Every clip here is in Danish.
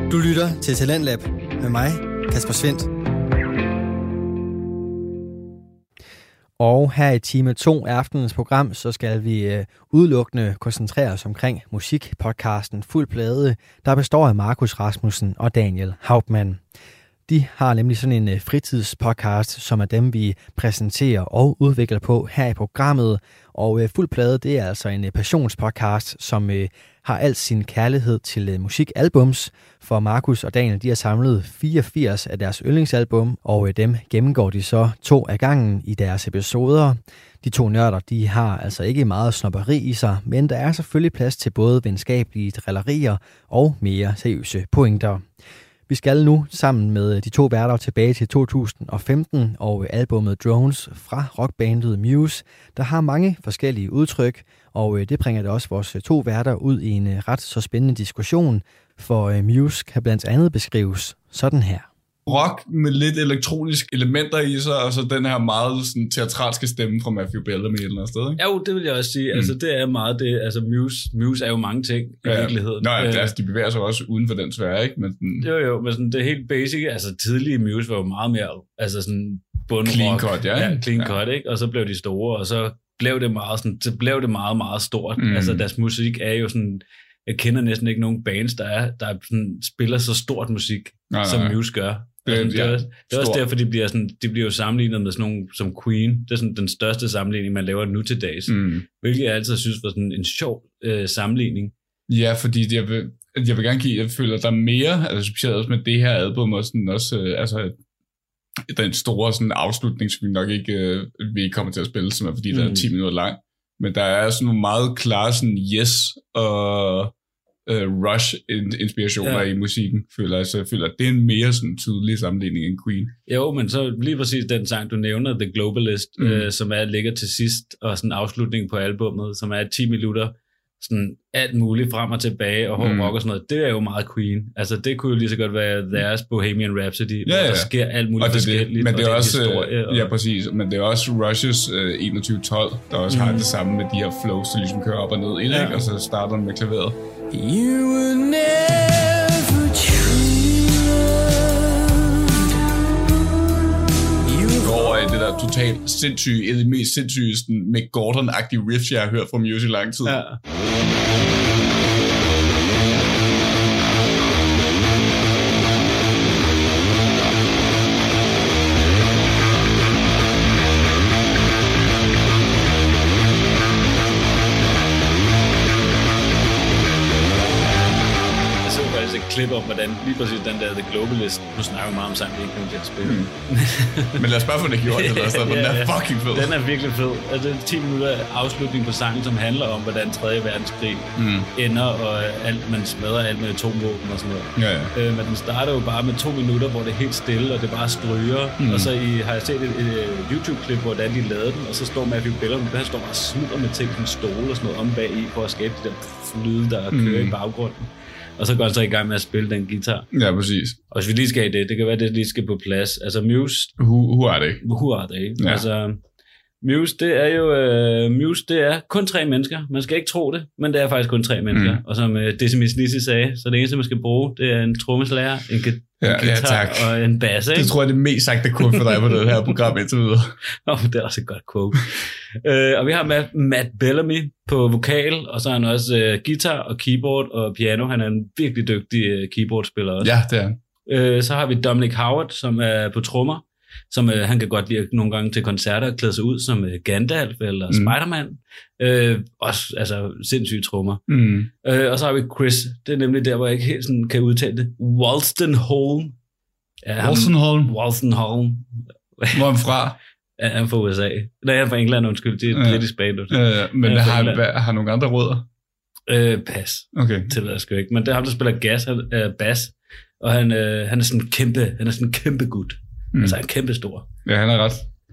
Du lytter til Talentlab med mig, Kasper Svendt. Og her i time 2 af aftenens program, så skal vi udelukkende koncentrere os omkring musikpodcasten Fuld Plade, der består af Markus Rasmussen og Daniel Hauptmann. De har nemlig sådan en fritidspodcast, som er dem, vi præsenterer og udvikler på her i programmet. Og Fuld Plade, det er altså en passionspodcast, som har al sin kærlighed til musikalbums. For Markus og Daniel, de har samlet 84 af deres yndlingsalbum, og dem gennemgår de så 2 af gangen i deres episoder. De 2 nørder, de har altså ikke meget snobberi i sig, men der er selvfølgelig plads til både venskabelige drillerier og mere seriøse pointer. Vi skal nu sammen med de 2 værter tilbage til 2015 og albumet Drones fra rockbandet Muse, der har mange forskellige udtryk, og det bringer da også vores 2 værter ud i en ret så spændende diskussion, for Muse kan blandt andet beskrives sådan her. Rock med lidt elektroniske elementer i sig, og så den her meget sådan, teatralske stemme fra Matthew Bellamy et eller andet sted, ikke? Jo, det vil jeg også sige. Altså, det er meget det. Altså, Muse er jo mange ting i virkeligheden. Nå, altså, de bevæger sig også uden for den sfære, ikke? Men sådan... Jo, men sådan, det er helt basic. Altså, tidlige Muse var jo meget mere, altså sådan bundrock. Clean cut, ja. Clean cut, ikke? Og så blev de store, og så blev det meget, sådan, meget, meget stort. Altså, deres musik er jo sådan... Jeg kender næsten ikke nogen bands, der sådan, spiller så stort musik, som Muse gør. Det er også derfor, de bliver jo sammenlignet med sådan nogle som Queen. Det er sådan den største sammenligning, man laver nu til dags. Hvilket jeg altid synes var sådan en sjov sammenligning. Ja, fordi jeg vil gerne give, jeg føler, at der er mere, altså specielt også med det her album, og sådan også, altså den store sådan afslutning, som vi nok ikke vi kommer til at spille, som er fordi, der er 10 minutter lang. Men der er sådan nogle meget klare sådan yes og Rush-inspirationer i musikken, føler jeg. Så jeg føler, at det er en mere sådan tydelig sammenligning end Queen. Jo, men så lige præcis den sang, du nævner, The Globalist, som ligger til sidst, og sådan afslutningen på albummet, som er 10 minutter, sådan alt muligt frem og tilbage, og hård rock og sådan noget, det er jo meget Queen. Altså, det kunne jo lige så godt være deres Bohemian Rhapsody, hvor der sker alt muligt forskelligt, men det er også, historie. Ja, præcis, men det er også Rushes 2112, der også har det samme med de her flows, der ligesom kører op og ned, ikke? Og så starter den med klaveret. You were never over i det der totalt sindssyge, det mest sindssyge Mick Gordon-agtige riffs, jeg har hørt fra Muse i lang tid. Ja. Klip om, hvordan lige præcis den der The Globalist, nu snakker vi meget om sang, vi ikke kommer til at spille. Men lad os bare få det gjort, eller sådan, den er fucking fed. Den er virkelig fed. Altså, det er 10 minutter afslutning på sangen, som handler om, hvordan 3. verdenskrig ender, og man smadrer alt med atomvåben og sådan noget. Men den starter jo bare med 2 minutter, hvor det er helt stille, og det bare stryger. Og så har jeg set et YouTube-klip, hvordan de lavede den, og så står Matthew Bellamy, han står bare og smider med ting, en stole og sådan noget om bag i, for at skabe de der lyde, der kører i baggrunden. Og så går han så i gang med at spille den guitar. Ja, præcis. Og hvis vi lige skal i det kan være, at det lige skal på plads. Altså Muse... Who are they? Who are they? Ja. Altså, Muse, det er jo... Muse, det er kun 3 mennesker. Man skal ikke tro det, men det er faktisk kun 3 mennesker. Og som Decimus Nissi sagde, så det eneste, man skal bruge, det er en trommeslager, en guitar og en bass, ikke? Det tror jeg, det er mest sagte quote for dig på det her program indtil videre. Det er også et godt quote. Og vi har Matt Bellamy på vokal, og så har han også guitar og keyboard og piano. Han er en virkelig dygtig keyboardspiller også. Ja, det er han. Så har vi Dominic Howard, som er på trommer, som han kan godt lide nogle gange til koncerter at klæde sig ud som Gandalf eller Spider-Man. Også altså sindssyge trommer. Og så har vi Chris. Det er nemlig der, hvor jeg ikke helt sådan kan udtale det. Wolstenholme. Wolstenholme. Hvor er han fra? Ja, han er fra USA. Nej, han er fra England, undskyld. Det er et britisk band. Men har nogle andre rødder? Pas. Okay. Det ved jeg sgu ikke. Men det er ham, der spiller bass. Og han er sådan en kæmpe gut. Altså en kæmpe stor. Ja, han er ret.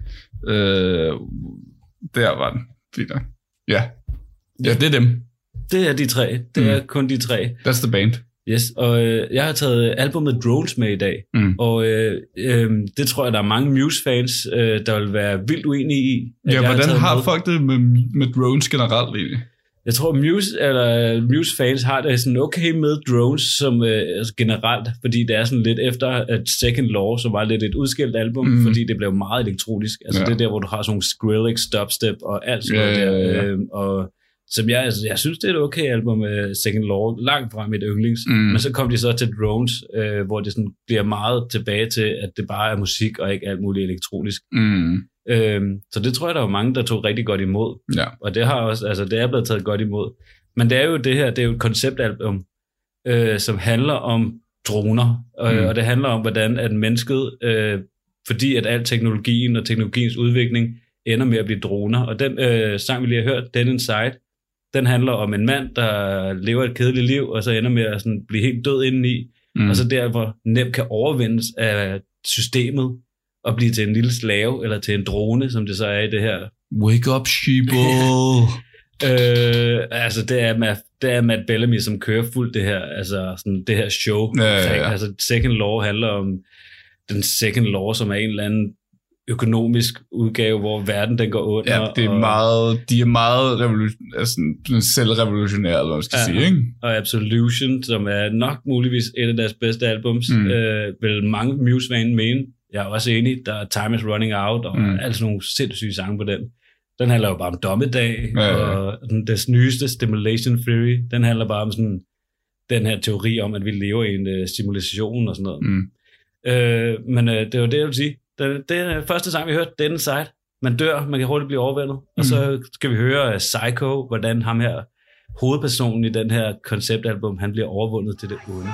Der var den. Fint nok. Ja, det er dem. Det er de 3. Det er kun de 3. That's the band. Yes, og jeg har taget albumet Drones med i dag, og det tror jeg, der er mange Muse-fans, der vil være vildt uenige i. Ja, hvordan har folk det med Drones generelt egentlig? Jeg tror, Muse-fans har det sådan okay med drones som generelt, fordi det er sådan lidt efter at Second Law, som var lidt et udskilt album, fordi det blev meget elektronisk. Altså det er der, hvor du har sådan nogle Skrillex, dubstep og alt sådan noget der. Og som jeg synes, det er et okay album med Second Law, langt fra mit yndlings. Men så kom de så til drones, hvor det sådan bliver meget tilbage til, at det bare er musik og ikke alt muligt elektronisk. Så det tror jeg, der var mange, der tog rigtig godt imod. Ja. Og det har også, altså det er blevet taget godt imod. Men det er jo det her, det er jo et konceptalbum, som handler om droner. Og det handler om, hvordan at mennesket, fordi at al teknologien og teknologiens udvikling ender med at blive droner. Og den sang, vi lige har hørt, Dead Inside, den handler om en mand, der lever et kedeligt liv, og så ender med at sådan blive helt død indeni. Og så derfor nemt kan overvindes af systemet, og blive til en lille slave, eller til en drone, som det så er i det her. Wake up, sheeple! Altså, det er Matt Bellamy, som kører fuldt det her, altså sådan det her show. Altså, Second Law handler om den Second Law, som er en eller anden økonomisk udgave, hvor verden den går under. Ja, det er de er meget selvrevolutionære, eller hvad man skal sige, ikke? Og Absolution, som er nok muligvis et af deres bedste albums, vil mange Muse-fan mene. Jeg er også enig, der er Time is Running Out, og alt sådan nogle sindssyge sange på den. Den handler jo bare om dommedag, og deres nyeste, Stimulation Theory, den handler bare om sådan den her teori om, at vi lever i en simulation og sådan noget. Men det var det, jeg vil sige. Det er første sang, vi hørte, Dead Inside. Man dør, man kan hurtigt blive overvældet. Og så skal vi høre Psycho, hvordan ham her, hovedpersonen i den her konceptalbum, han bliver overvundet til det onde.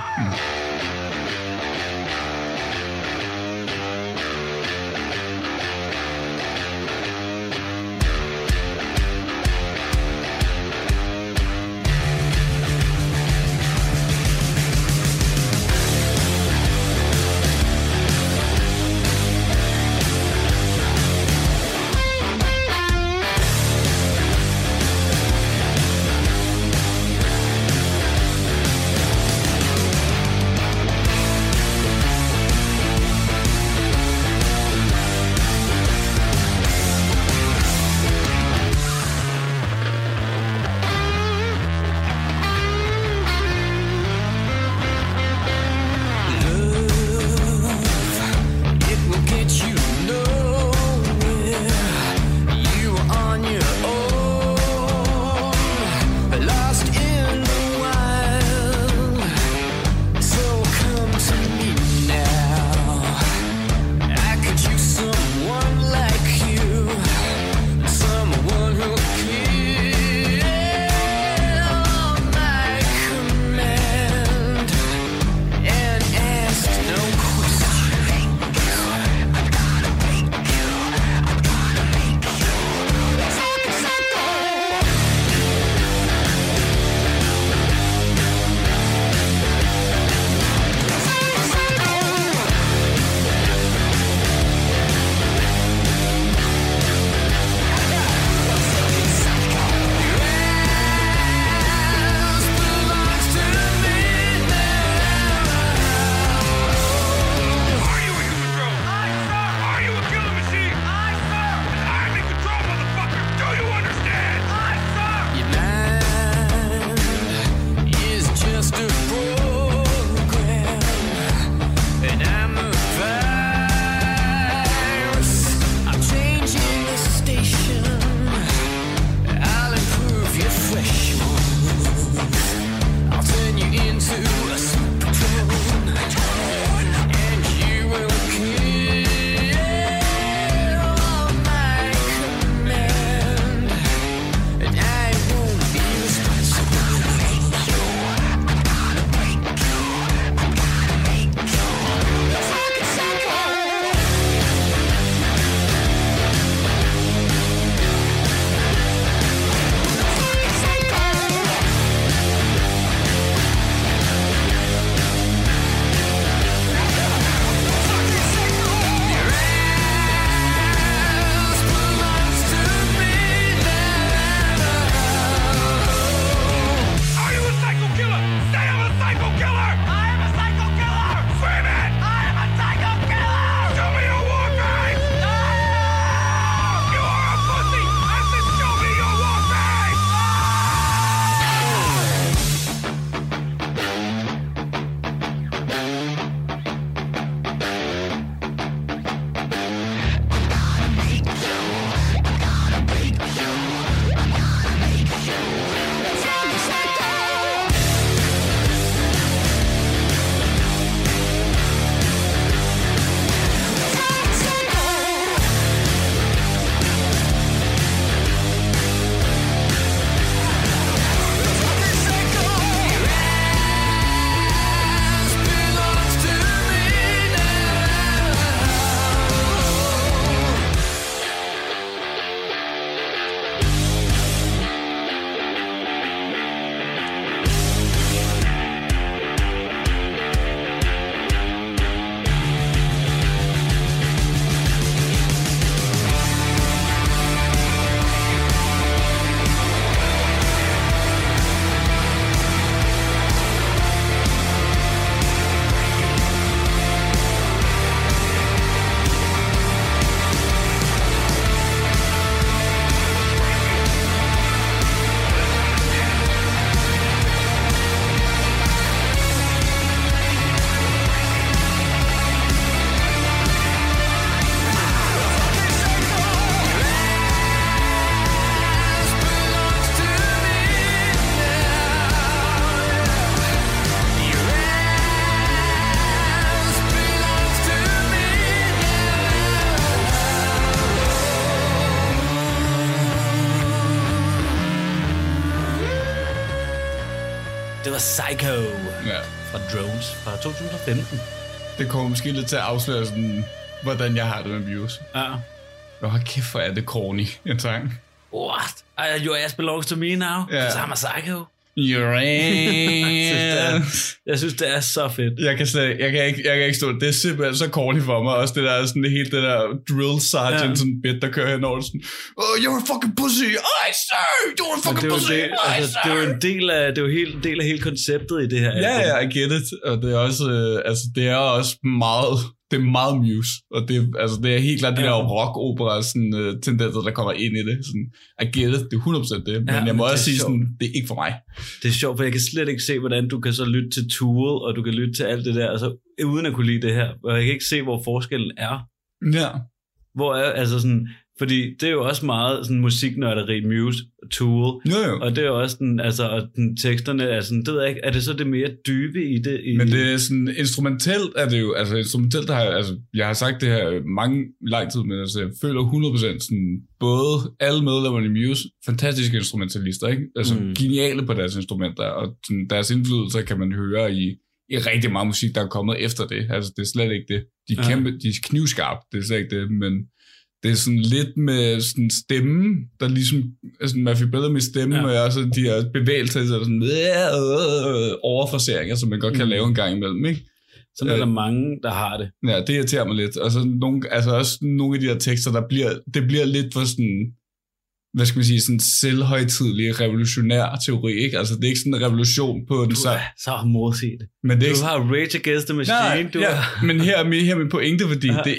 Psycho fra Drones fra 2015. Det kommer måske lidt til at afsløre sådan, hvordan jeg har det med Muse. Ja. Hold kæft, hvor er det corny, en sang. What? Your ass belongs to me now, because I'm a psycho. Your ass. Jeg synes, det er så fedt. Jeg kan ikke stå det. Det er simpelthen så corny for mig. Også det der, sådan det hele det der drill sergeant, sådan bit, der kører henover sådan, oh, you're a fucking pussy. I say, you're a fucking pussy. Det er jo en del af hele konceptet i det her. Ja, I get it. Og det er også, det er også meget... Det er meget Muse, og det er helt klart de der rock-opera tendenser, der kommer ind i det. Sådan, I get it, det er 100% det, men jeg må også sige, sådan, det er ikke for mig. Det er sjovt, for jeg kan slet ikke se, hvordan du kan så lytte til Tool, og du kan lytte til alt det der, altså, uden at kunne lide det her. Og jeg kan ikke se, hvor forskellen er. Ja. Hvor er, altså sådan... Fordi det er jo også meget sådan musiknørderi, Muse, Tool, og det er jo også den, altså, og den teksterne er sådan, det ved jeg ikke, er det så det mere dybe i det? Men det er sådan, instrumentelt er det jo, altså instrumentelt har jeg har sagt det her lang tid, men altså jeg føler 100% sådan, både alle medlemmerne i Muse, fantastiske instrumentalister, ikke? Altså geniale på deres instrumenter, og sådan, deres indflydelse kan man høre i rigtig meget musik, der er kommet efter det, altså det er slet ikke det. De er knivskarpe, det er slet ikke det, men det er sådan lidt med sådan stemme, der ligesom, altså Matthew Bellamy stemme, og også de her bevægelser, sådan overforseringer, som man godt kan lave en gang imellem, ikke? Sådan er der mange, der har det. Ja, det irriterer mig lidt. Og så også nogle af de her tekster, det bliver lidt for sådan, hvad skal man sige, sådan selvhøjtidlig revolutionær teori, ikke? Altså det er ikke sådan en revolution på den så modsigt. Men det er du har Rage Against the Machine. Men her er min pointe, fordi det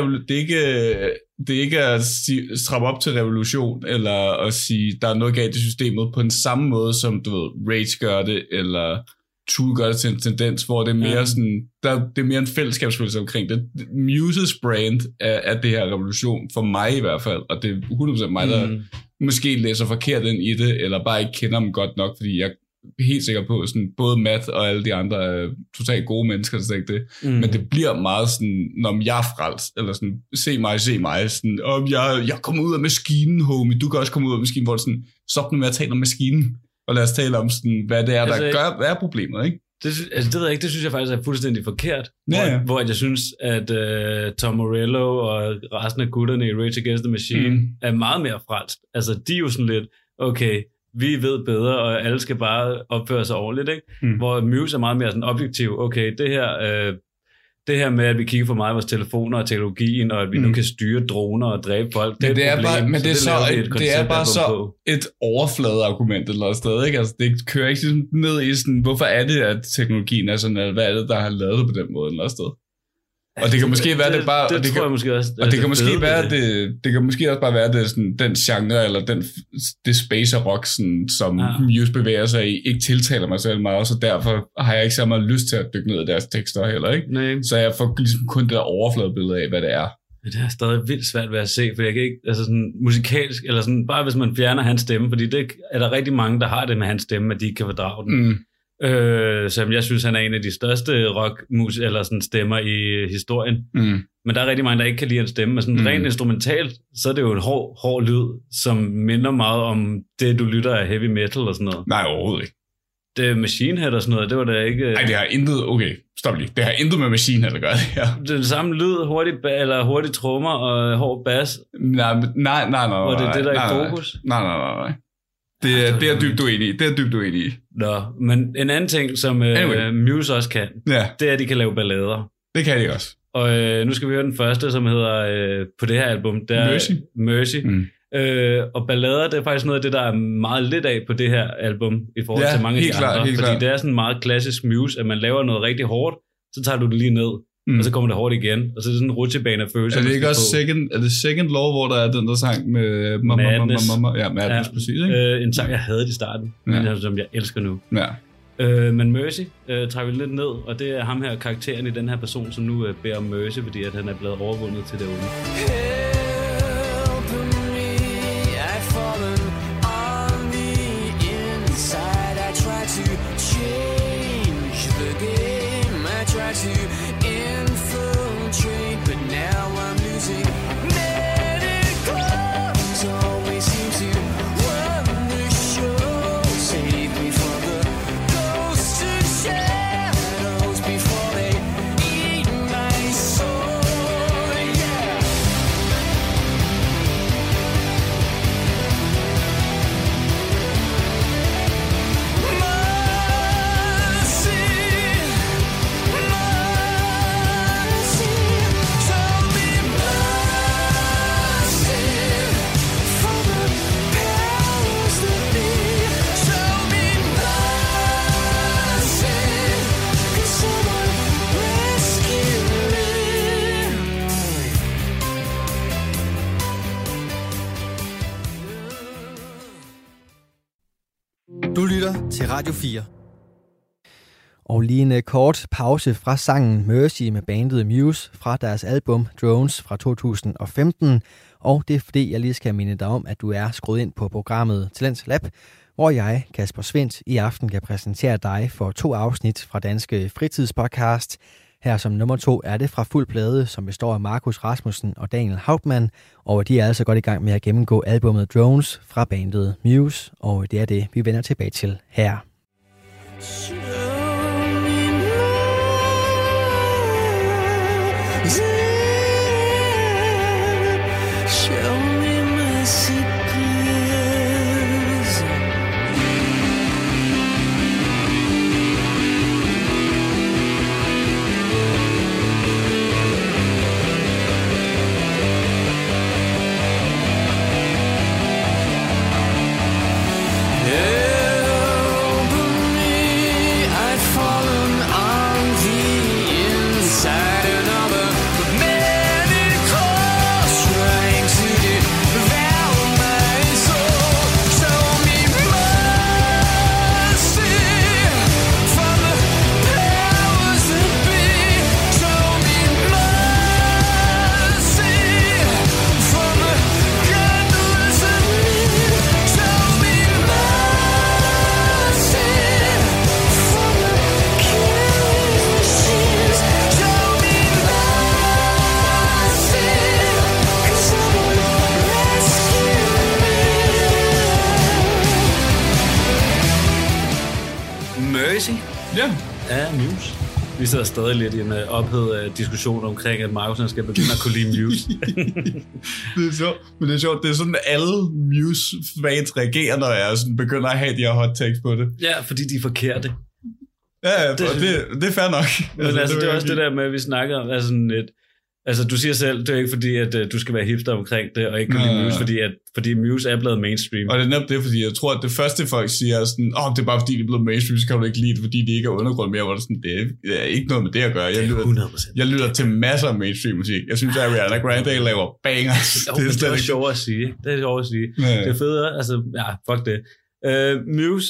er ikke at stramme op til revolution, eller at sige, der er noget galt i systemet på den samme måde, som du ved, Rage gør det, eller Tool gør det til en tendens, hvor det er mere sådan, det er mere en fællesskabsfølelse omkring det. Muses brand er det her revolution, for mig i hvert fald, og det er 100% mig, der måske læser forkert ind i det, eller bare ikke kender dem godt nok, fordi jeg er helt sikker på, sådan, både Matt og alle de andre er totalt gode mennesker, så det. Men det bliver meget sådan, når jeg er frelst, eller sådan, se mig, sådan, jeg kommer ud af maskinen, homie, du kan også komme ud af maskinen, hvor det sådan, stop nu med at tale om maskinen, og lad os tale om, sådan, hvad det er, der gør, hvad er problemet, ikke? Det ved jeg ikke, det synes jeg faktisk er fuldstændig forkert. Ja. Hvor jeg synes, at Tom Morello og resten af gutterne i Rage Against the Machine er meget mere frelst. Altså, de er jo sådan lidt, okay, vi ved bedre, og alle skal bare opføre sig ordentligt, ikke? Hvor Muse er meget mere sådan objektiv. Okay, det her med, at vi kigger for meget på vores telefoner og teknologien, og at vi nu kan styre droner og dræbe folk, det er et problem. Men det er bare så et overfladeargument eller et sted, ikke? Altså, det kører ikke sådan ned i sådan, hvorfor er det, at teknologien er sådan, eller hvad er det, der har lavet det på den måde eller et sted? Og det kan måske være det bare, det tror jeg måske også. Og det kan måske være det kan måske også bare være det sådan den genre eller det space rock sådan, som Muse bevæger sig i, ikke tiltaler mig selv meget, så derfor har jeg ikke så meget lyst til at dykke ned i deres tekster heller, ikke? Nej. Så jeg får ligesom kun det der overfladebillede af, hvad det er. Men det er stadig vildt svært ved at se, for jeg kan ikke, altså sådan musikalsk, eller sådan, bare hvis man fjerner hans stemme, fordi det er der rigtig mange, der har det med hans stemme, at de ikke kan fordrage den. Som jeg synes, han er en af de største rockmus eller sådan stemmer i historien. Men der er rigtig mange, der ikke kan lide hans stemme. Men sådan rent instrumentalt, så er det jo en hård lyd, som minder meget om det, du lytter af heavy metal og sådan noget. Nej, overhovedet ikke. Det er Machine Head og sådan noget, det var da ikke... Nej, det har intet... Okay, stop lige. Det har intet med Machine Head at gøre, det her. Det er det samme lyd, hurtig trommer og hård bass. Nej. Og det er det, der er i fokus. Nej. Det er dybt uenig i. Nå, men en anden ting, som Muse også kan, det er, at de kan lave ballader. Det kan de også. Og nu skal vi høre den første, som hedder på det her album, det er Mercy. Og ballader, det er faktisk noget af det, der er meget lidt af på det her album, i forhold til mange af de andre. Fordi det er sådan meget klassisk Muse, at man laver noget rigtig hårdt, så tager du det lige ned. Og så kommer det hårdt igen, og så er det sådan en rutsjebane af følelser. Er det ikke også Second Law, hvor der er den der sang med Madness? Ja, Madness, præcis, ikke? En sang, jeg havde i starten, men som jeg elsker nu. Ja. Men Mercy trækker vi lidt ned, og det er ham her, karakteren i den her person, som nu beder om mercy, fordi at han er blevet overvundet til det onde. Always seem to run the show. Save me from the ghost til Radio 4. Og lige en kort pause fra sangen Mercy med bandet Muse fra deres album Drones fra 2015. Og det er fordi, jeg lige skal minde dig om, at du er skruet ind på programmet Talents Lab, hvor jeg, Kasper Svendt, i aften kan præsentere dig for 2 afsnit fra Danske Fritidspodcast. Her som nummer 2 er det fra Fuld Plade, som består af Markus Rasmussen og Daniel Hauptmann, og de er altså godt i gang med at gennemgå albummet Drones fra bandet Muse, og det er det, vi vender tilbage til her. Ja, Muse. Vi sidder stadig lidt i en ophedet diskussion omkring, at Markusen skal begynde at kunne lide Muse. Det er sjovt, men det er sjovt. Det er sådan, at alle Muse-fans reagerer, når jeg sådan begynder at have de her hot takes på det. Ja, fordi de er forkerte. Ja, det er fair nok. Men altså, det er også det der med, at vi snakker om, altså du siger selv, det er ikke fordi, at du skal være hipster omkring det, og ikke kunne lide Muse, fordi Muse er blevet mainstream. Og det er netop det, fordi jeg tror, at det første folk siger er sådan, det er bare fordi, de er blevet mainstream, så kan du ikke lide det, fordi de ikke er undergrund mere, hvor det sådan, det er ikke noget med det at gøre. Jeg lytter til masser af mainstream musik. Jeg synes, at Ariana Grande laver bangers. Det er sjovt at sige. Det er sjovt at sige. Det er federe, altså, ja, fuck det. Muse...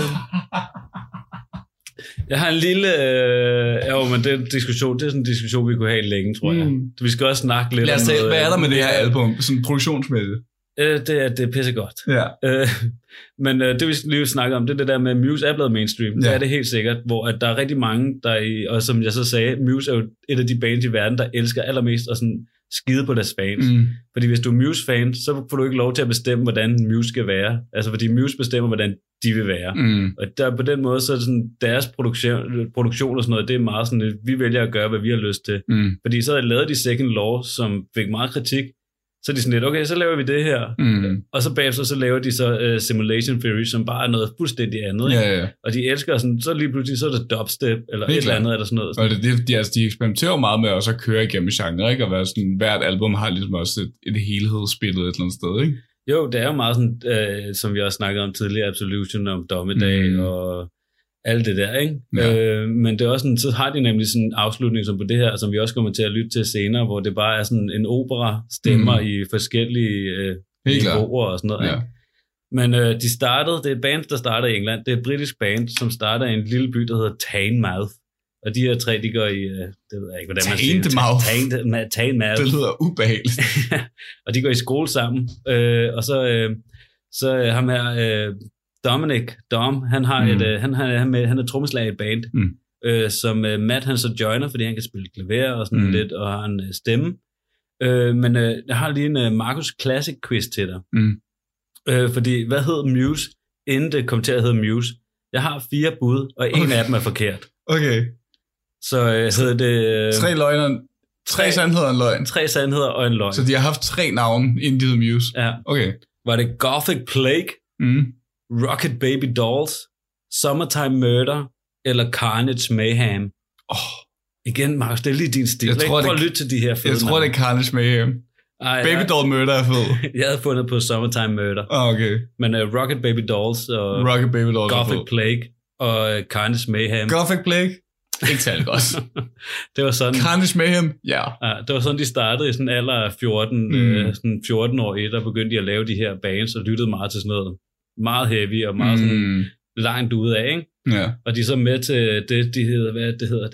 Jeg har en lille... men det er sådan en diskussion, vi kunne have længe, tror jeg. Vi skal også snakke lidt om noget... Hvad er der med det her album, sådan produktionsmæssigt? Det er pissegodt. Ja. Men det vi lige snakke om, det er det der med, Muse er blevet mainstream. Ja. Det er det helt sikkert, hvor at der er rigtig mange, og som jeg så sagde, Muse er jo et af de bands i verden, der elsker allermest at sådan skide på deres fans. Fordi hvis du er Muse-fan, så får du ikke lov til at bestemme, hvordan Muse skal være. Altså fordi Muse bestemmer, hvordan de vil være. Og der, på den måde, så er det sådan, deres produktion og sådan noget, det er meget sådan, at vi vælger at gøre, hvad vi har lyst til. Fordi så har jeg lavet de Second Law, som fik meget kritik. Så er de sådan lidt, okay, så laver vi det her. Og så bagefter, så laver de så Simulation Theory, som bare er noget fuldstændig andet. Ja. Og de elsker sådan, så lige pludselig, så er det dubstep, eller et eller andet, eller sådan noget. Og de eksperimenterer meget med også at køre igennem genre, ikke? Og være sådan, hvert album har ligesom også et helhedsbillede et eller andet sted, ikke? Jo, det er jo meget sådan, som vi også snakkede om tidligere, Absolution om Dommedag og alt det der, ikke? Ja. Men det er også sådan, så har de nemlig sådan en afslutning som på det her, som vi også kommer til at lytte til senere, hvor det bare er sådan en opera stemmer i forskellige niveauer og sådan noget, ikke? Men det er et band, der starter i England. Det er et britisk band, som starter i en lille by, der hedder Teignmouth. Og de her 3, de går i, det ved jeg ikke, hvordan man siger. Teignmouth. Det lyder ubehageligt. Og de går i skole sammen. Og så ham her, Dominic Dom, han han er trommeslager i et band, som Matt han så joiner, fordi han kan spille klaver og sådan lidt, og har en stemme. Men jeg har lige en Markus Classic quiz til dig. Fordi, hvad hed Muse, inden det kom til at hedde Muse? Jeg har 4 bud, og en af dem er forkert. Okay. Så hedder det... 3 løgner, 3 sandheder og en løgn. 3 sandheder og en løgn. Så de har haft 3 navne, inden de hed Muse? Ja. Okay. Var det Gothic Plague, Rocket Baby Dolls, Summertime Murder eller Carnage Mayhem? Igen, Markus, det er lige din stil. Prøv at lytte til de her fede. Jeg tror, det er Carnage Mayhem. Baby Doll Murder er fed. Jeg havde fundet på Summertime Murder. Okay. Men Rocket Baby Dolls og Gothic Plague og Carnage Mayhem. Gothic Plague? Ikke særlig godt. Det var sådan... Carnage Mayhem? Ja. Det var sådan, de startede i sådan en alder af 14, sådan 14-årige, der begyndte de at lave de her bands og lyttede meget til sådan noget meget heavy og meget sådan langt ude af, ikke? Ja. Og de er så med til det, de hedder, hvad det hedder,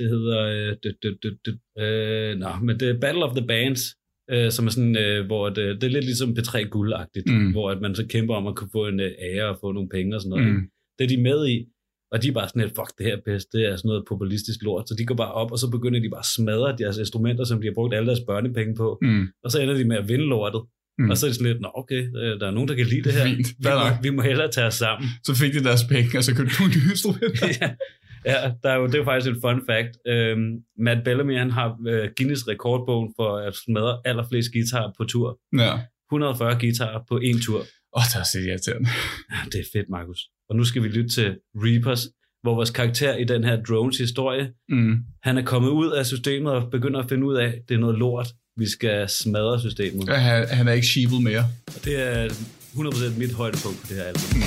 men det er Battle of the Bands, som er sådan, hvor det er lidt ligesom P3 Guld-agtigt, hvor at man så kæmper om at kunne få en ære og få nogle penge og sådan noget. Det er de med i, og de er bare sådan lidt, fuck, det her bedst, det er sådan noget populistisk lort, så de går bare op, og så begynder de bare at smadre deres instrumenter, som de har brugt alle deres børnepenge på, og så ender de med at vinde lortet. Og så er det sådan lidt, nå okay, der er nogen, der kan lide det her. Vi må hellere tage os sammen. Så fik de deres penge, og så købte nogle nye instrumenter. Ja, det er jo faktisk et fun fact. Matt Bellamy, han har Guinness rekordbogen for at smadre allerflest guitarer på tur. Ja. 140 guitarer på en tur. Det er så irriterende. Ja, det er fedt, Markus. Og nu skal vi lytte til Reapers, hvor vores karakter i den her Drones historie, han er kommet ud af systemet og begynder at finde ud af, at det er noget lort. Vi skal smadre systemet. Ja, han er ikke sheeple mere. Og det er 100% mit højdepunkt på det her album.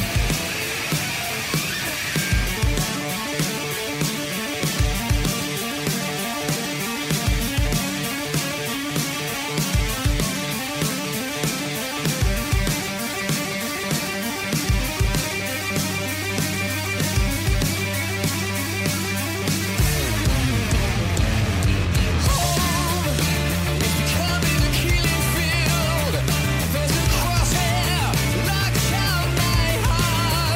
There's a crosshair locked out my heart.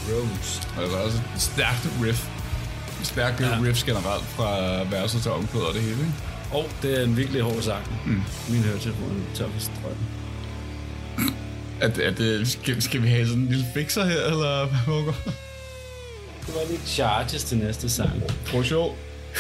Drones. Og der er også et stærkt riff. Stærke riffs generelt fra verset til omkvædet og det hele, ikke? Og det er en virkelig hård sang. Min høretelefon tør for strøm. Skal vi have sådan en lille fixer her, eller hvad foregår? Det var lidt charges til næste sang. Prøv sjov.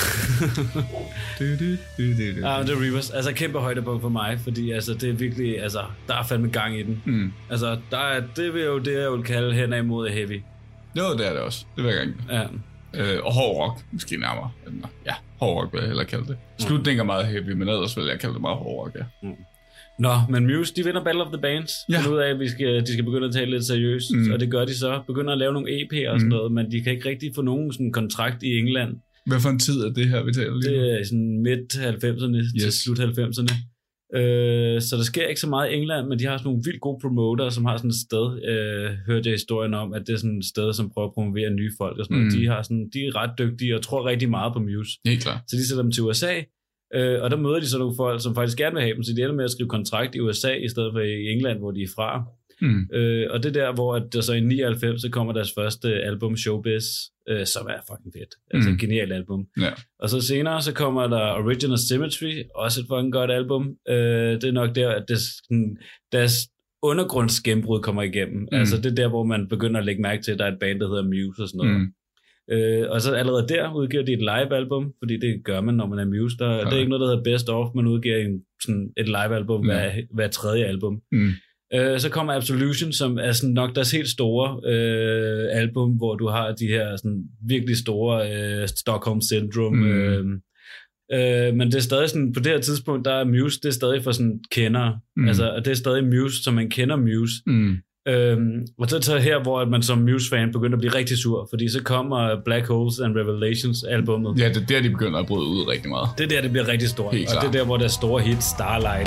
Det er Reavers. Altså kæmpe højdepunkt for mig, fordi altså, det er virkelig, altså, der er fandme gang i den. Altså, det er jo det, jeg vil kalde hen imod heavy. Jo, det er det også. Det vil jeg gerne. Ja. Og hård rock, måske nærmere. Ja, hård rock vil jeg hellere kalde det. Slutningen er meget heavy, men ellers vil jeg kalde det meget hård rock, ja. Nå, men Muse, de vinder Battle of the Bands. Ja. Finder ud af, at de skal begynde at tale lidt seriøst. Og det gør de så. Begynder at lave nogle EP'er og sådan noget, men de kan ikke rigtig få nogen sådan kontrakt i England. Hvad for en tid er det her, vi taler lige? Det er sådan midt-90'erne til slut-90'erne. Så der sker ikke så meget i England, men de har sådan nogle vildt gode promoter, som har sådan et sted, hørte jeg historien om, at det er sådan et sted, som prøver at promovere nye folk og sådan noget. De er ret dygtige og tror rigtig meget på Muse. Helt klart. Så de sætter dem til USA, og der møder de så nogle folk, som faktisk gerne vil have dem, så de ender med at skrive kontrakt i USA, i stedet for i England, hvor de er fra. Og det der, hvor der så i 99, så kommer deres første album, Showbiz, som er fucking fedt. Altså et genialt album. Ja. Og så senere, så kommer der Original Symmetry, også et fucking godt album. Det er nok der, at deres undergrundsgennembrud kommer igennem. Altså det er der, hvor man begynder at lægge mærke til, at der er et band, der hedder Muse og sådan noget. Og så allerede der udgiver de et live-album, fordi det gør man, når man er Muse. Der er ikke noget, der hedder Best Of, man udgiver et live-album hver tredje album. Så kommer Absolution, som er sådan nok deres helt store album, hvor du har de her sådan virkelig store Stockholm Syndrome. Men det er stadig sådan, på det her tidspunkt, der er Muse, det er stadig for sådan kendere. Altså, det er stadig Muse, som man kender Muse. Og så her, hvor man som Muse-fan begynder at blive rigtig sur, fordi så kommer Black Holes and Revelations albumet. Ja, det er der, de begynder at bryde ud rigtig meget. Det er der, det bliver rigtig stort. Og det er der, hvor der er store hit Starlight.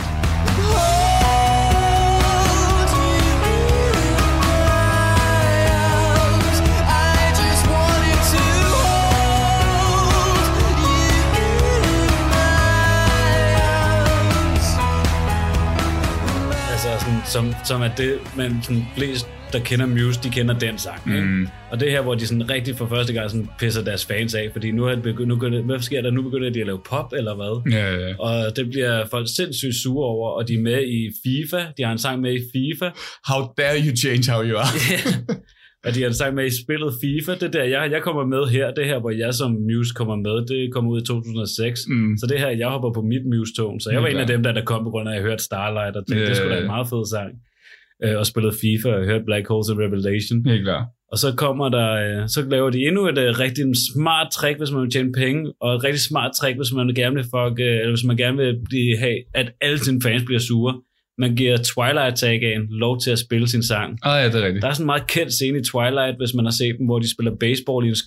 Som er det, man sådan flest, der kender Muse, de kender den sang. Ikke? Og det her, hvor de sådan rigtig for første gang sådan pisser deres fans af, fordi hvad sker der? Nu begynder de at lave pop, eller hvad? Ja. Og det bliver folk sindssygt sure over, og de er med i FIFA. De har en sang med i FIFA. How dare you change how you are? Og de har en sang med i spillet FIFA. Det der, jeg kommer med her. Det her, hvor jeg som Muse kommer med, det kommer ud i 2006. Så det her, jeg hopper på mit Muse-tog. Så jeg var en af dem, der kom på grund af, at jeg hørte Starlight, og tænkte, det skulle da en meget fed sang. Og spillet FIFA, og hørte Black Holes and Revelation. Helt klart. Og så kommer der, så laver de endnu et rigtig smart trick, hvis man vil tjene penge, og et rigtig smart trick, hvis man gerne vil eller hvis man gerne vil have, at alle sine fans bliver sure. Man giver Twilight Sagaen lov til at spille sin sang. Ja, det er rigtigt. Der er sådan en meget kendt scene i Twilight, hvis man har set dem, hvor de spiller baseball i en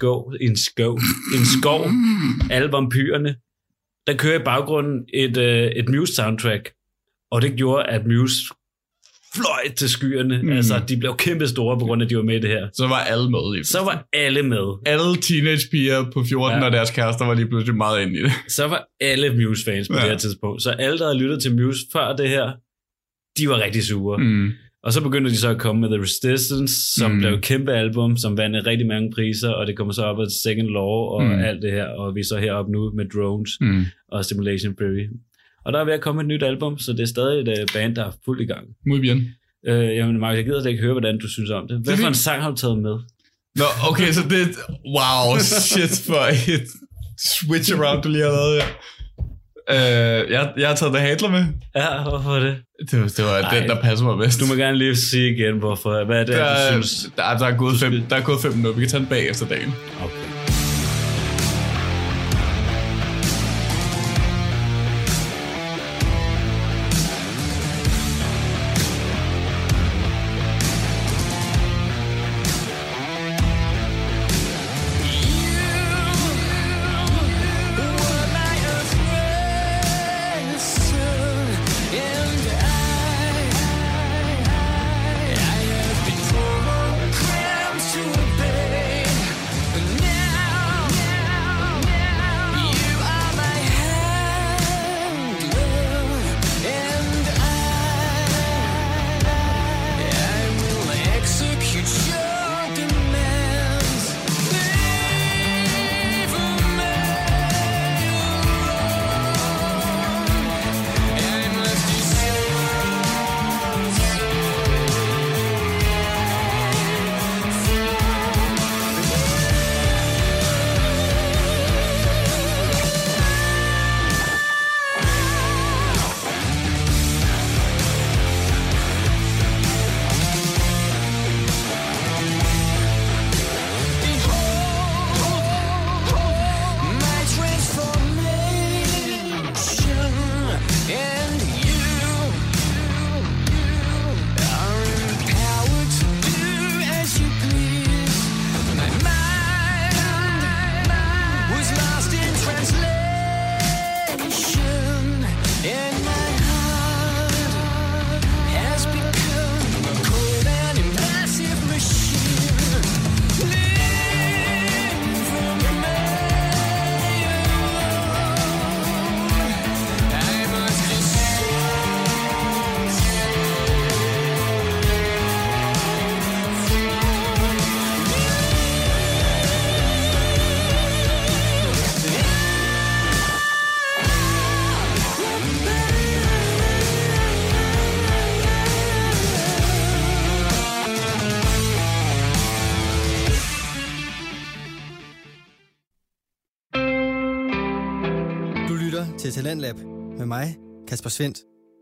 skov. Alle vampyrerne. Der kører i baggrunden et Muse soundtrack, og det gjorde, at Muse fløj til skyerne. Altså, de blev kæmpe store på grund af, at de var med i det her. Så var alle med. Så var alle med. Alle teenagepiger på 14 og deres kærester var lige pludselig meget inde i det. Så var alle Muse-fans på det her tidspunkt. Så alle, der havde lyttet til Muse før det her, de var rigtig sure. Og så begyndte de så at komme med The Resistance, som blev et kæmpe album, som vandt rigtig mange priser, og det kommer så op af Second Law og alt det her, og vi er så heroppe nu med Drones og Simulation Theory. Og der er ved at komme et nyt album, så det er stadig et band, der er fuldt i gang. Muy bien. Jamen Mark, jeg gider slet ikke høre, hvordan du synes om det. Hvad for en sang har du taget med? Nå, okay, så det... Wow, shit for et switch around, du lige har lavet her. Jeg har taget The Hadler med. Ja, hvorfor det? Det var den, der passer mig bedst. Du må gerne lige sige igen, hvorfor. Hvad er det, du synes? Der er gået 5 minutter. Vi kan tage den bag efter dagen. Okay. To a pain, til Talentlab med mig, Kasper Svendt.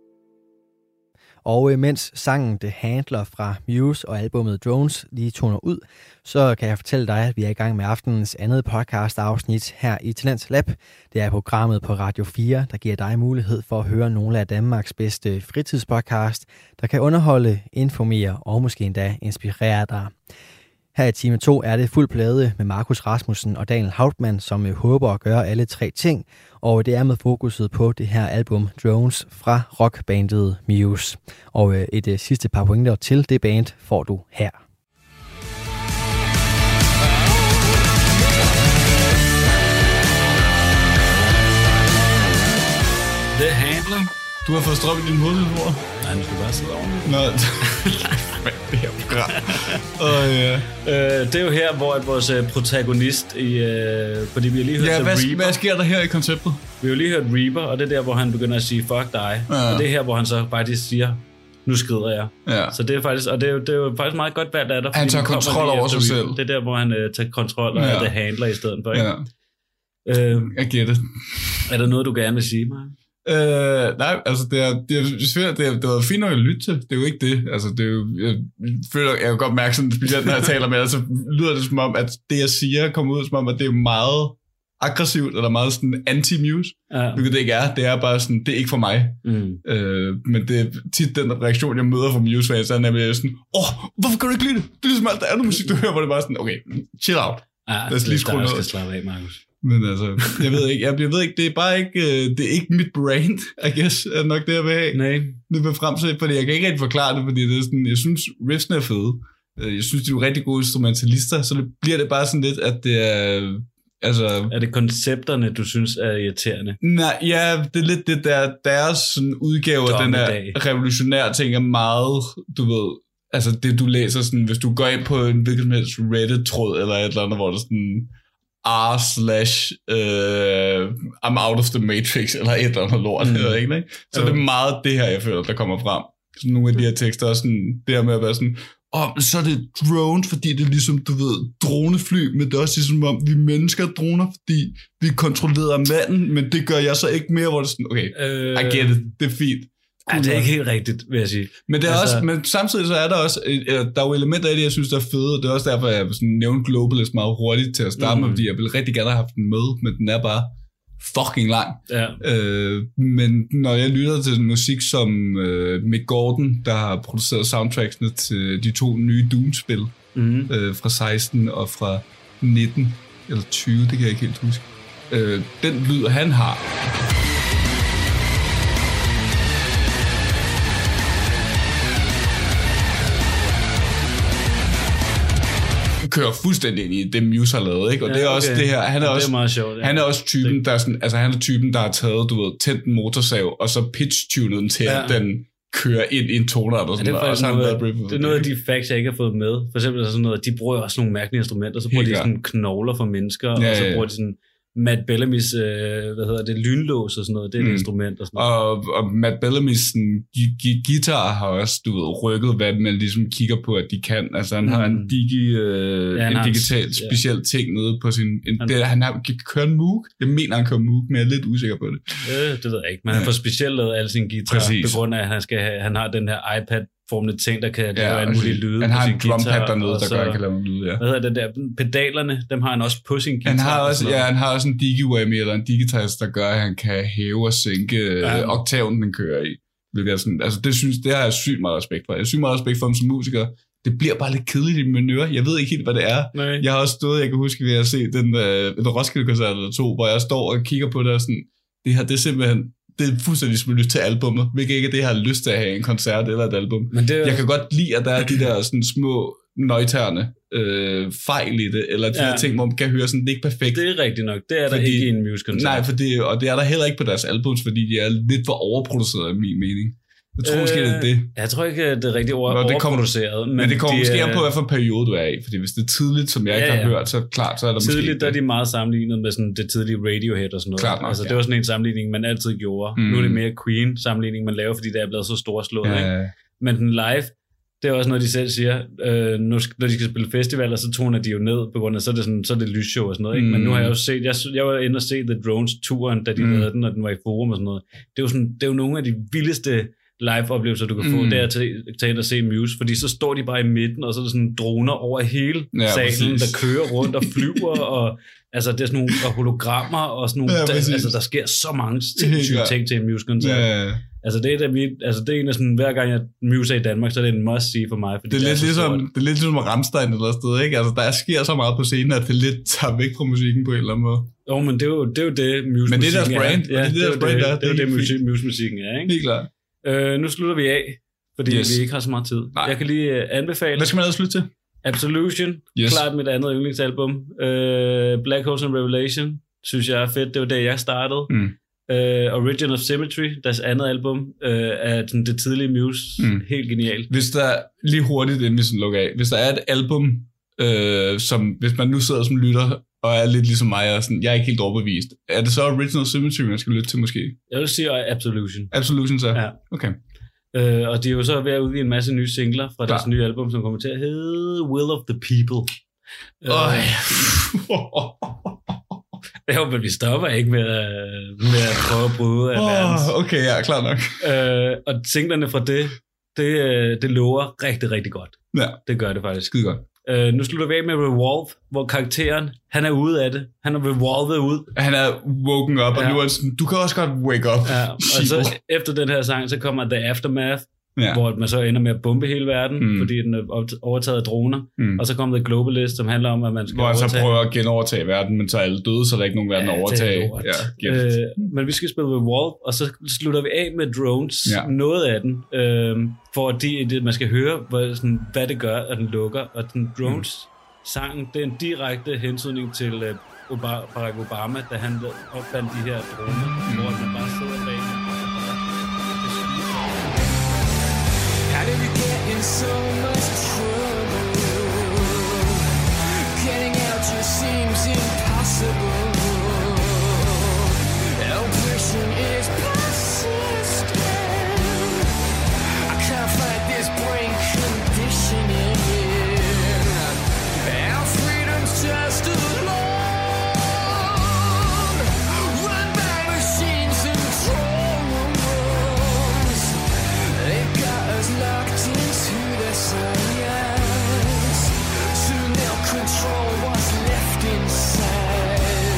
Og mens sangen The Handler fra Muse og albumet Drones lige toner ud, så kan jeg fortælle dig, at vi er i gang med aftenens andet podcast-afsnit her i Talentlab. Det er programmet på Radio 4, der giver dig mulighed for at høre nogle af Danmarks bedste fritidspodcast, der kan underholde, informere og måske endda inspirere dig. Her i time 2 er det fuld plade med Markus Rasmussen og Daniel Hauptmann, som håber at gøre alle tre ting, og det er med fokuset på det her album Drones fra rockbandet Muse. Og et sidste par pointer til det band får du her. The Handler. Du har fået strøm i din hoved, tror jeg. Nej, nu skal bare sidde ordentligt. Nå, det her program. Det er jo her, hvor vores protagonist fordi vi har lige hørt Reaper. Hvad sker der her i konceptet? Vi har jo lige hørt Reaper, og det er der, hvor han begynder at sige, fuck dig. Ja. Og det er her, hvor han så faktisk siger, nu skrider jeg. Ja. Så det er faktisk, og det er jo faktisk meget godt valgt af dig. Han tager kontrol over sig selv. Det er der, hvor han tager kontrol af The Handler i stedet for. Ikke? Ja. Jeg gætter det. Er der noget, du gerne vil sige, Mark? Nej, altså det var fint nok at lytte til. Det er jo ikke det. Altså det er jo, jeg føler, jeg kan godt mærke sådan, specielt når jeg taler med, så lyder det som om, at det jeg siger kommer ud som om, at det er meget aggressivt, eller meget sådan anti-Muse. Ja. Hvilket det ikke er. Det er bare sådan, det er ikke for mig. Men det er tit den reaktion, jeg møder fra Muse-fans, er nemlig sådan, hvorfor kan du ikke lide det? Det er ligesom alt det andet musik, du hører, hvor det bare sådan, okay, chill out. Ja, lad os lige skrue noget. Skal slappe af, Markus. Men altså, jeg ved ikke, det er bare ikke, det er ikke mit brand, I guess, er nok det, jeg vil have. Nej. Det vil frem til, fordi jeg kan ikke rigtig forklare det, fordi det er sådan, jeg synes, riffsene er fede. Jeg synes, de er jo rigtig gode instrumentalister, så det bliver det bare sådan lidt, at det er, altså... Er det koncepterne, du synes er irriterende? Nej, ja, det er lidt det der, deres sådan udgave af den her revolutionære ting er meget, du ved, altså det du læser sådan, hvis du går ind på en hvilken som helst Reddit-tråd, eller et eller andet, hvor der sådan... I'm out of the matrix, eller et eller andet lort, ikke? Så det er meget det her, jeg føler, der kommer frem. Så nogle af de her tekster er sådan, det her med at være sådan, så er det drones, fordi det er ligesom, du ved, dronefly, men det er også ligesom om, vi mennesker er droner, fordi vi kontrollerer manden, men det gør jeg så ikke mere, hvor det er sådan, okay, I get it, det er fint. Ja, det er ikke helt rigtigt, vil jeg sige. Men, det er også, men samtidig så er der også, der er jo elementer af det, jeg synes, der er fede, og det er også derfor, jeg sådan nævnte Globalist meget hurtigt til at starte med, fordi jeg ville rigtig gerne have haft den med, men den er bare fucking lang. Ja. Men når jeg lytter til musik som Mick Gordon, der har produceret soundtracksene til de 2 nye Doom-spil, fra 16 og fra 19 eller 20, det kan jeg ikke helt huske. Den lyd, han har... kører fuldstændig ind i det Muse har lavet, ikke? Og det er også det her, han er også, meget sjovt, han er også typen, der sådan, altså han er typen, der har taget, du ved, tændt en motorsav, og så pitch-tunet den til, at den kører ind i en toner, og sådan noget. Det er noget af de facts, jeg ikke har fået med. For eksempel sådan noget, de bruger også nogle mærkelige instrumenter, så bruger de sådan knogler for mennesker, og så bruger de sådan Matt Bellamy's, lynlås og sådan noget, det er et instrument og sådan noget. Og Matt Bellamy's guitar har også, du ved, rykket, hvad man ligesom kigger på, at de kan. Altså han har en digital speciel ting nede på sin... Han har kørt en Moog. Jeg mener, han kører Moog, men jeg er lidt usikker på det. Det ved jeg ikke, men han får specielt lavet alle sine guitar, på grund af, at han har den her iPad-formende ting, der kan lave alle mulige lyde. Han har en drumpad dernede, der gør, han kan lave lyde, Hvad hedder det der? Pedalerne, dem har han også på sin guitar. Han har også en digi-whammy eller en digitize, der gør, at han kan hæve og sænke oktaven, den kører i. Altså det har jeg sygt meget respekt for. Jeg har sygt meget respekt for ham som musiker. Det bliver bare lidt kedeligt i mine ører. Jeg ved ikke helt, hvad det er. Nej. Jeg har også stået, jeg kan huske, at jeg har set den Roskilde-koncert eller 2, hvor jeg står og kigger på det og sådan, det her, det er simpelthen, det er fuldstændig som at lytte til albummet, hvilket ikke er det, jeg har lyst til at have en koncert eller et album. Jeg kan godt lide, at der er de der sådan små nøjtærende fejl i det, eller de her ting, hvor man kan høre sådan, det er ikke perfekt. Det er rigtigt nok, det er der ikke i en Muse-koncert. Nej, og det er der heller ikke på deres albums, fordi de er lidt for overproduceret i min mening. Jeg tror måske, det er det. Jeg tror ikke, det er rigtig overproduceret. Men det kommer måske på, hvilken periode du er i. Fordi hvis det er tidligt, som jeg ikke har hørt, så klart, så er der tidligt, måske... Tidligt, der er de meget sammenlignet med sådan det tidlige Radiohead og sådan noget. Klart nok, altså, det var sådan en sammenligning, man altid gjorde. Nu er det mere Queen-sammenligning, man laver, fordi det er blevet så storslået. Men den live, Det er også noget, de selv siger. Når de skal spille festivaler, så toner de jo ned, på grund af, så er det lysshow og sådan noget. Ikke? Men nu har jeg jo set, jeg var inde og se The Drones-turen, da de lavede den, og den var i forum og sådan noget. Det er jo nogle af de vildeste live-oplevelser, du kan få, det er at tage ind og se Muse, fordi så står de bare i midten, og så er der sådan droner over hele salen, der kører rundt og flyver, og altså det er sådan nogle hologrammer, og sådan nogle, der sker så mange ting til en Muse-koncert. Ja. Altså det er en af sådan, hver gang jeg Muse er i Danmark, så er det en must-see for mig. Fordi det er lidt ligesom Rammstein eller sted, ikke? Altså der sker så meget på scenen, at det lidt tager væk fra musikken på en eller anden måde. Jo, men det er jo det Muse-musikken er. Men det er deres brand. Ja, det er det Muse-musikken er, ikke? Helt klart. Nu slutter vi af, fordi vi ikke har så meget tid. Nej. Jeg kan lige anbefale... Hvad skal man ellers slutte til? Absolution, klart mit andet yndlingsalbum. Black Holes and Revelation, synes jeg er fedt. Det var der, jeg startede. Origin of Symmetry, deres andet album, er sådan det tidlige Muse. Helt genialt. Hvis der, lige hurtigt inden vi sådan lukker af, hvis der er et album, som hvis man nu sidder som lytter, og er lidt ligesom mig, og sådan, jeg er ikke helt overbevist. Er det så Original Symmetry, man skal lytte til måske? Jeg vil sige Absolution. Absolution så? Ja. Okay. Og de er jo så ved at udgive en masse nye singler fra deres nye album, som kommer til at hedde Will of the People. Men vi stopper ikke med at prøve at bryde af verdens. Okay, ja, klar nok. Og singlerne fra det lover rigtig, rigtig godt. Ja. Det gør det faktisk. Skide godt. Nu slutter vi af med Revolve, hvor karakteren, han er ude af det. Han er revolvet ud. Han er woken up, og nu er sådan, du kan også godt wake up. Ja, og så efter den her sang, så kommer The Aftermath, hvor man så ender med at bombe hele verden, fordi den er overtaget af droner. Og så kommer The Globalist, som handler om, at man skal overtage. Hvor han så prøver at genovertage verden, men så er alle døde, så der er ikke nogen verden at overtage. Men vi skal spille Revolve, og så slutter vi af med Drones, noget af den, fordi man skal høre, hvad det gør, at den lukker. Og den Drones-sangen, det er en direkte hensynning til Barack Obama, da han opfandt de her droner, hvor man bare sidder bag. How did you get in so much trouble? Getting out just seems impossible. Oppression is persistent. I can't fight this brain conditioning. Our freedom's just alone. Run by machines and drones. They've got us locked into their science. Soon they'll control what's left inside.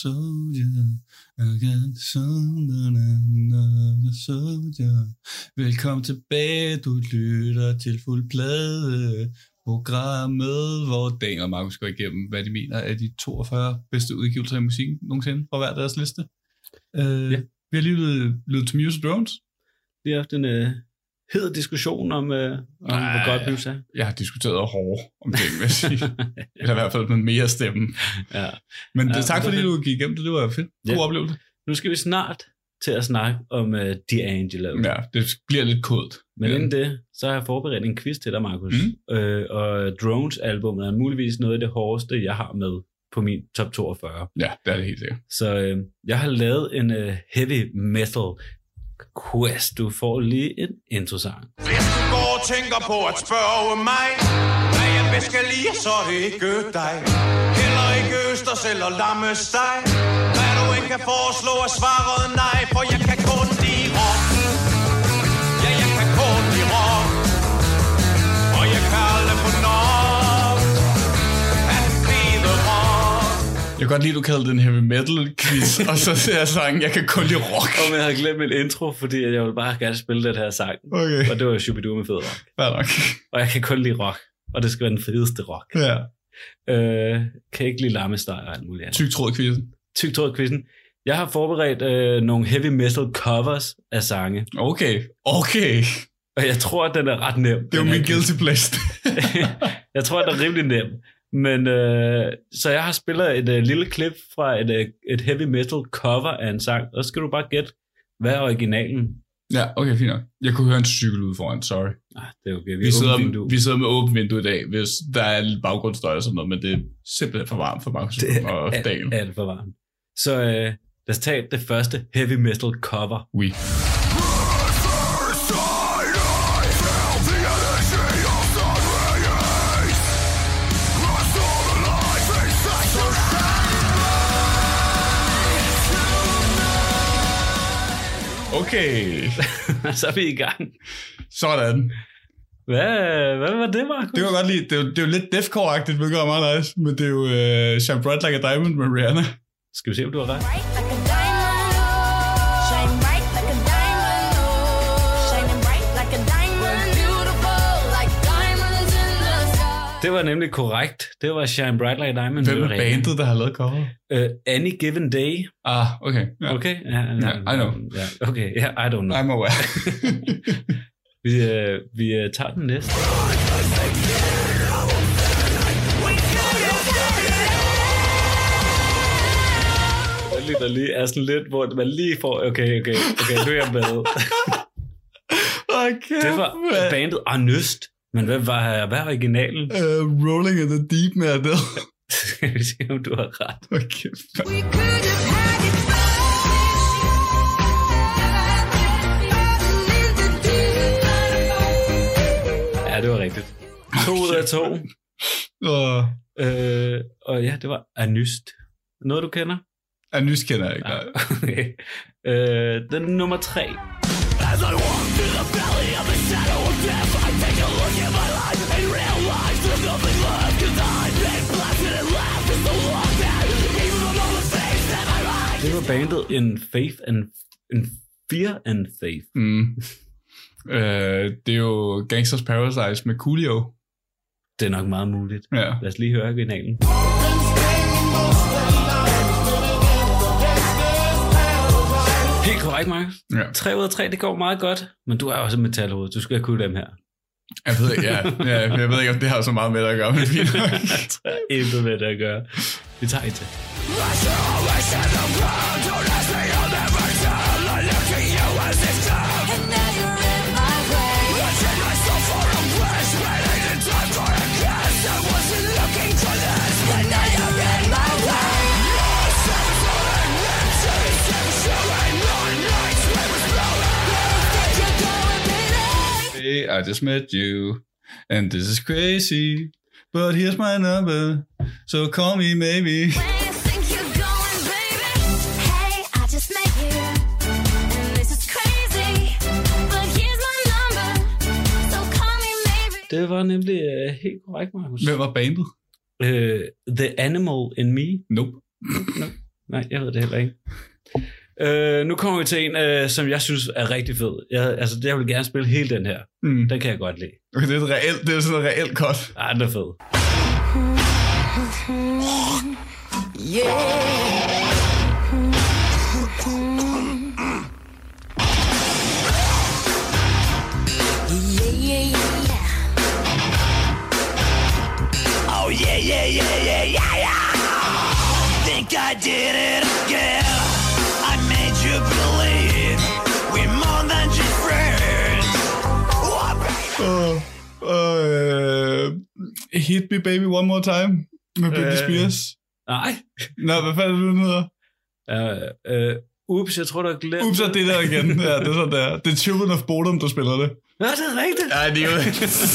soldier, another soldier. Velkommen tilbage, du lytter til Fuld Plade. Programmet, hvor Daniel og Markus går igennem, hvad de mener er de 42 bedste udgivelser i musikken nogensinde fra hver deres liste. Vi har lige lyttet til Muse Drones. Vi har haft en hed diskussion om hvor godt Muse er. Jeg har diskuteret hårdt om det, vil jeg sige. Eller i hvert fald med mere stemme. Ja. Men tak fordi du gik igennem det. Det var fedt. God oplevelse. Nu skal vi snart til at snakke om D'Angelo. Ja, det bliver lidt kodt. Men inden det, så har jeg forberedt en quiz til dig, Markus. Og Drones-albummet er muligvis noget af det hårdeste, jeg har med på min top 42. Ja, det er det helt sikkert. Så jeg har lavet en heavy metal quiz. Du får lige en introsang. Hvis du går og tænker på at spørge mig, hvad jeg bedst skal lide, så er det ikke dig. Heller ikke østers eller lammesteg. Hvad du ikke kan foreslå er svaret nej, for jeg kan kun lide rock. Ja, jeg kan kun lide rock. Og jeg kan aldrig få nok at blive rock. Jeg kan godt lide, at du kalder det en heavy metal quiz, og så ser jeg sangen, jeg kan kun lide rock. Og jeg havde glemt min intro, fordi jeg ville bare gerne spille den her sang. Okay. Og det var Shubidoo med fed rock. Fair nok. Og jeg kan kun lide rock, og det skal være den fedeste rock. Ja. Kan ikke lide lammesteg og alt muligt andet. Tyk tråd i quizzen. Tyk tråd i quizzen. Jeg har forberedt nogle heavy metal covers af sange. Okay. Og jeg tror, at den er ret nem. Det er jo min guilty pleasure. Jeg tror, at den er rimelig nem. Men så jeg har spillet et lille klip fra et heavy metal cover af en sang. Og så skal du bare gætte, hvad er originalen? Ja, okay, fint nok. Jeg kunne høre en cykel ude foran, sorry. Det er okay. Vi sidder med åbent vindue i dag, hvis der er lidt baggrundsstøj og sådan noget, men det er simpelthen for varmt for Markus og Daniel. Det er alt for varmt. Så lad os tage det første heavy metal cover. Oui. Okay. Så er vi i gang. Sådan. Hvad var det, Markus? Det var godt lide. Det er jo lidt deathcore-agtigt, hvilket er meget nice. Men det er jo Shine Bright Like a Diamond med Rihanna. Skal vi se, om du har ret? Det var nemlig korrekt. Det var Shine Bright Like a Diamond. Hvem er bandet, der har lavet cover? Any Given Day. Okay. Yeah. Okay? Yeah, I know. Yeah, okay, yeah, I don't know. I'm aware. vi tager den næste. Der lige er sådan lidt, hvor man lige får... Okay, nu er jeg med. Okay. Det var bandet Arnøst. Men hvad er originalen? Rolling in the Deep med Adele. Skal vi se, om du har ret. Okay. Ja, det var rigtigt. 2 ud af 2. Og ja, det var Arnøst. Noget, du kender? Arnøst kender jeg ikke. Okay. Den nummer 3. As I walk through the valley of the shadow of death, I take a look at my life and realize there's nothing left, 'cause I've been blasted and laughed for so long that even the moment face that I rise. Det var bandet In Fear and Faith. Det er jo Gangsters Paradise med Coolio. Det er nok meget muligt. Ja. Lad os lige høre originalen. Helt korrekt, Markus. Ja. 3 ud af 3, det går meget godt. Men du er også metalhoved. Du skal kunne dem her. Jeg ved ikke, jeg ved ikke, om det har så meget med at gøre. Men det er intet med det at gøre. Vi tager et til. I just met you, and this is crazy, but here's my number, so call me maybe. Det var nemlig helt korrekt, Markus. Hvem var bandet? The Animal in Me. Nope. Nej, jeg ved det heller ikke. Nu kommer vi til en, som jeg synes er rigtig fed. Jeg vil gerne spille hele den her. Den kan jeg godt lide. Okay, det er sådan et reelt cut. Ja, den er fed. Oh yeah, yeah, yeah, yeah, yeah, yeah. Think I did it again. I made you believe we're more than just friends. Hit Me Baby One More Time med Britney Spears. Nej. Nå, hvad fanden er det, den hedder? Ups, jeg tror, du har glemt. Ups, er det der igen. Ja, det er sådan der. Det er Children of Bodom, der spiller det. Ja, det er rigtigt. Ja, det er jo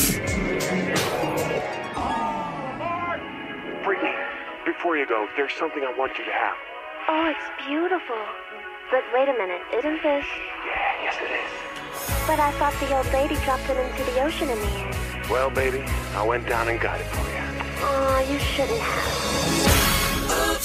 Brittany, before you go, there's something I want you to have. Oh, it's beautiful. But wait a minute, isn't this? Yeah, yes it is. But I thought the old lady dropped it into the ocean in the end. Well, baby, I went down and got it for you. Oh, you shouldn't have. Oops,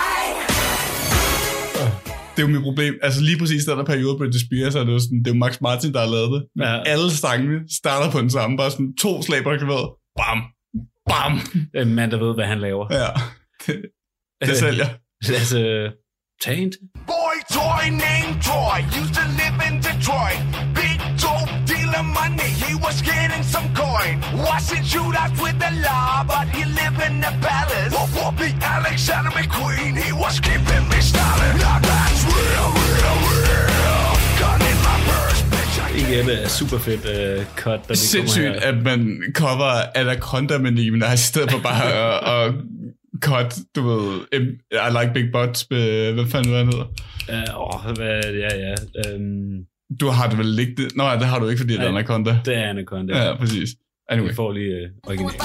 Det er jo mit problem. Altså lige præcis den der periode, Britney Spears, er det jo sådan, det er jo Max Martin, der har lavet det. Ja. Alle sangene starter på den samme. Bare sådan 2 slag på klaveret. Bam! Bam! Det er en mand, der ved, hvad han laver. Ja. Det sælger. Altså, tag en til. Boy toy named Troy used to live in Detroit. Big dope dealer money, he was getting some coin. Wasn't shootouts with the law, but he lived in the palace. The Alexander McQueen, he was keeping me started. Now that's real, real, real. Gun in my purse, bitch. Igen er super fedt cut, der sindssygt, at man cover Anaconda med Nicki Minaj, i stedet for bare at cut, du ved, I Like Big Butts, hvad fanden hvad han hedder? Ja. Du har det vel ikke det? Nå, det har du ikke, fordi det er Anaconda. Det er Anaconda. Ja, præcis. Anyway. Vi får lige originalen.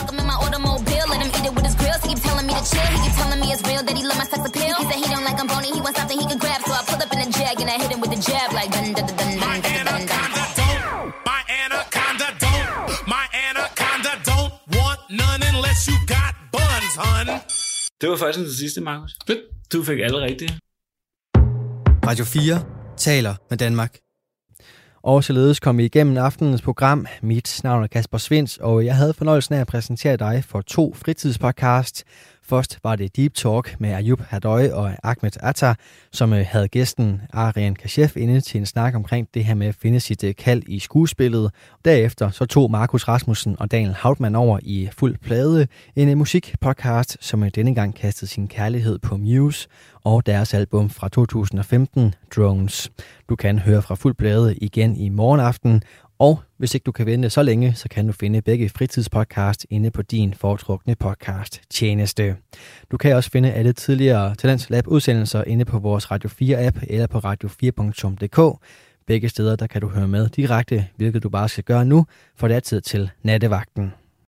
Det var faktisk det sidste, Markus. Fedt. Du fik alle rigtige. Radio 4 taler med Danmark. Og således kom vi igennem aftenens program. Mit navn er Kasper Svinds, og jeg havde fornøjelsen af at præsentere dig for 2 fritidspodcasts. Først var det Deep Talk med Ayub Hadoy og Ahmed Attar, som havde gæsten Arian Kashef inde til en snak omkring det her med at finde sit kald i skuespillet. Derefter så tog Markus Rasmussen og Daniel Hauptmann over i Fuld Plade, en musikpodcast, som denne gang kastede sin kærlighed på Muse og deres album fra 2015, Drones. Du kan høre fra Fuld Plade igen i morgen aften, og hvis ikke du kan vente så længe, så kan du finde begge fritidspodcast inde på din foretrukne podcast tjeneste. Du kan også finde alle tidligere Talents Lab udsendelser inde på vores Radio 4 app eller på radio4.dk. Begge steder der kan du høre med direkte, hvilket du bare skal gøre nu, for det er tid til nattevagten.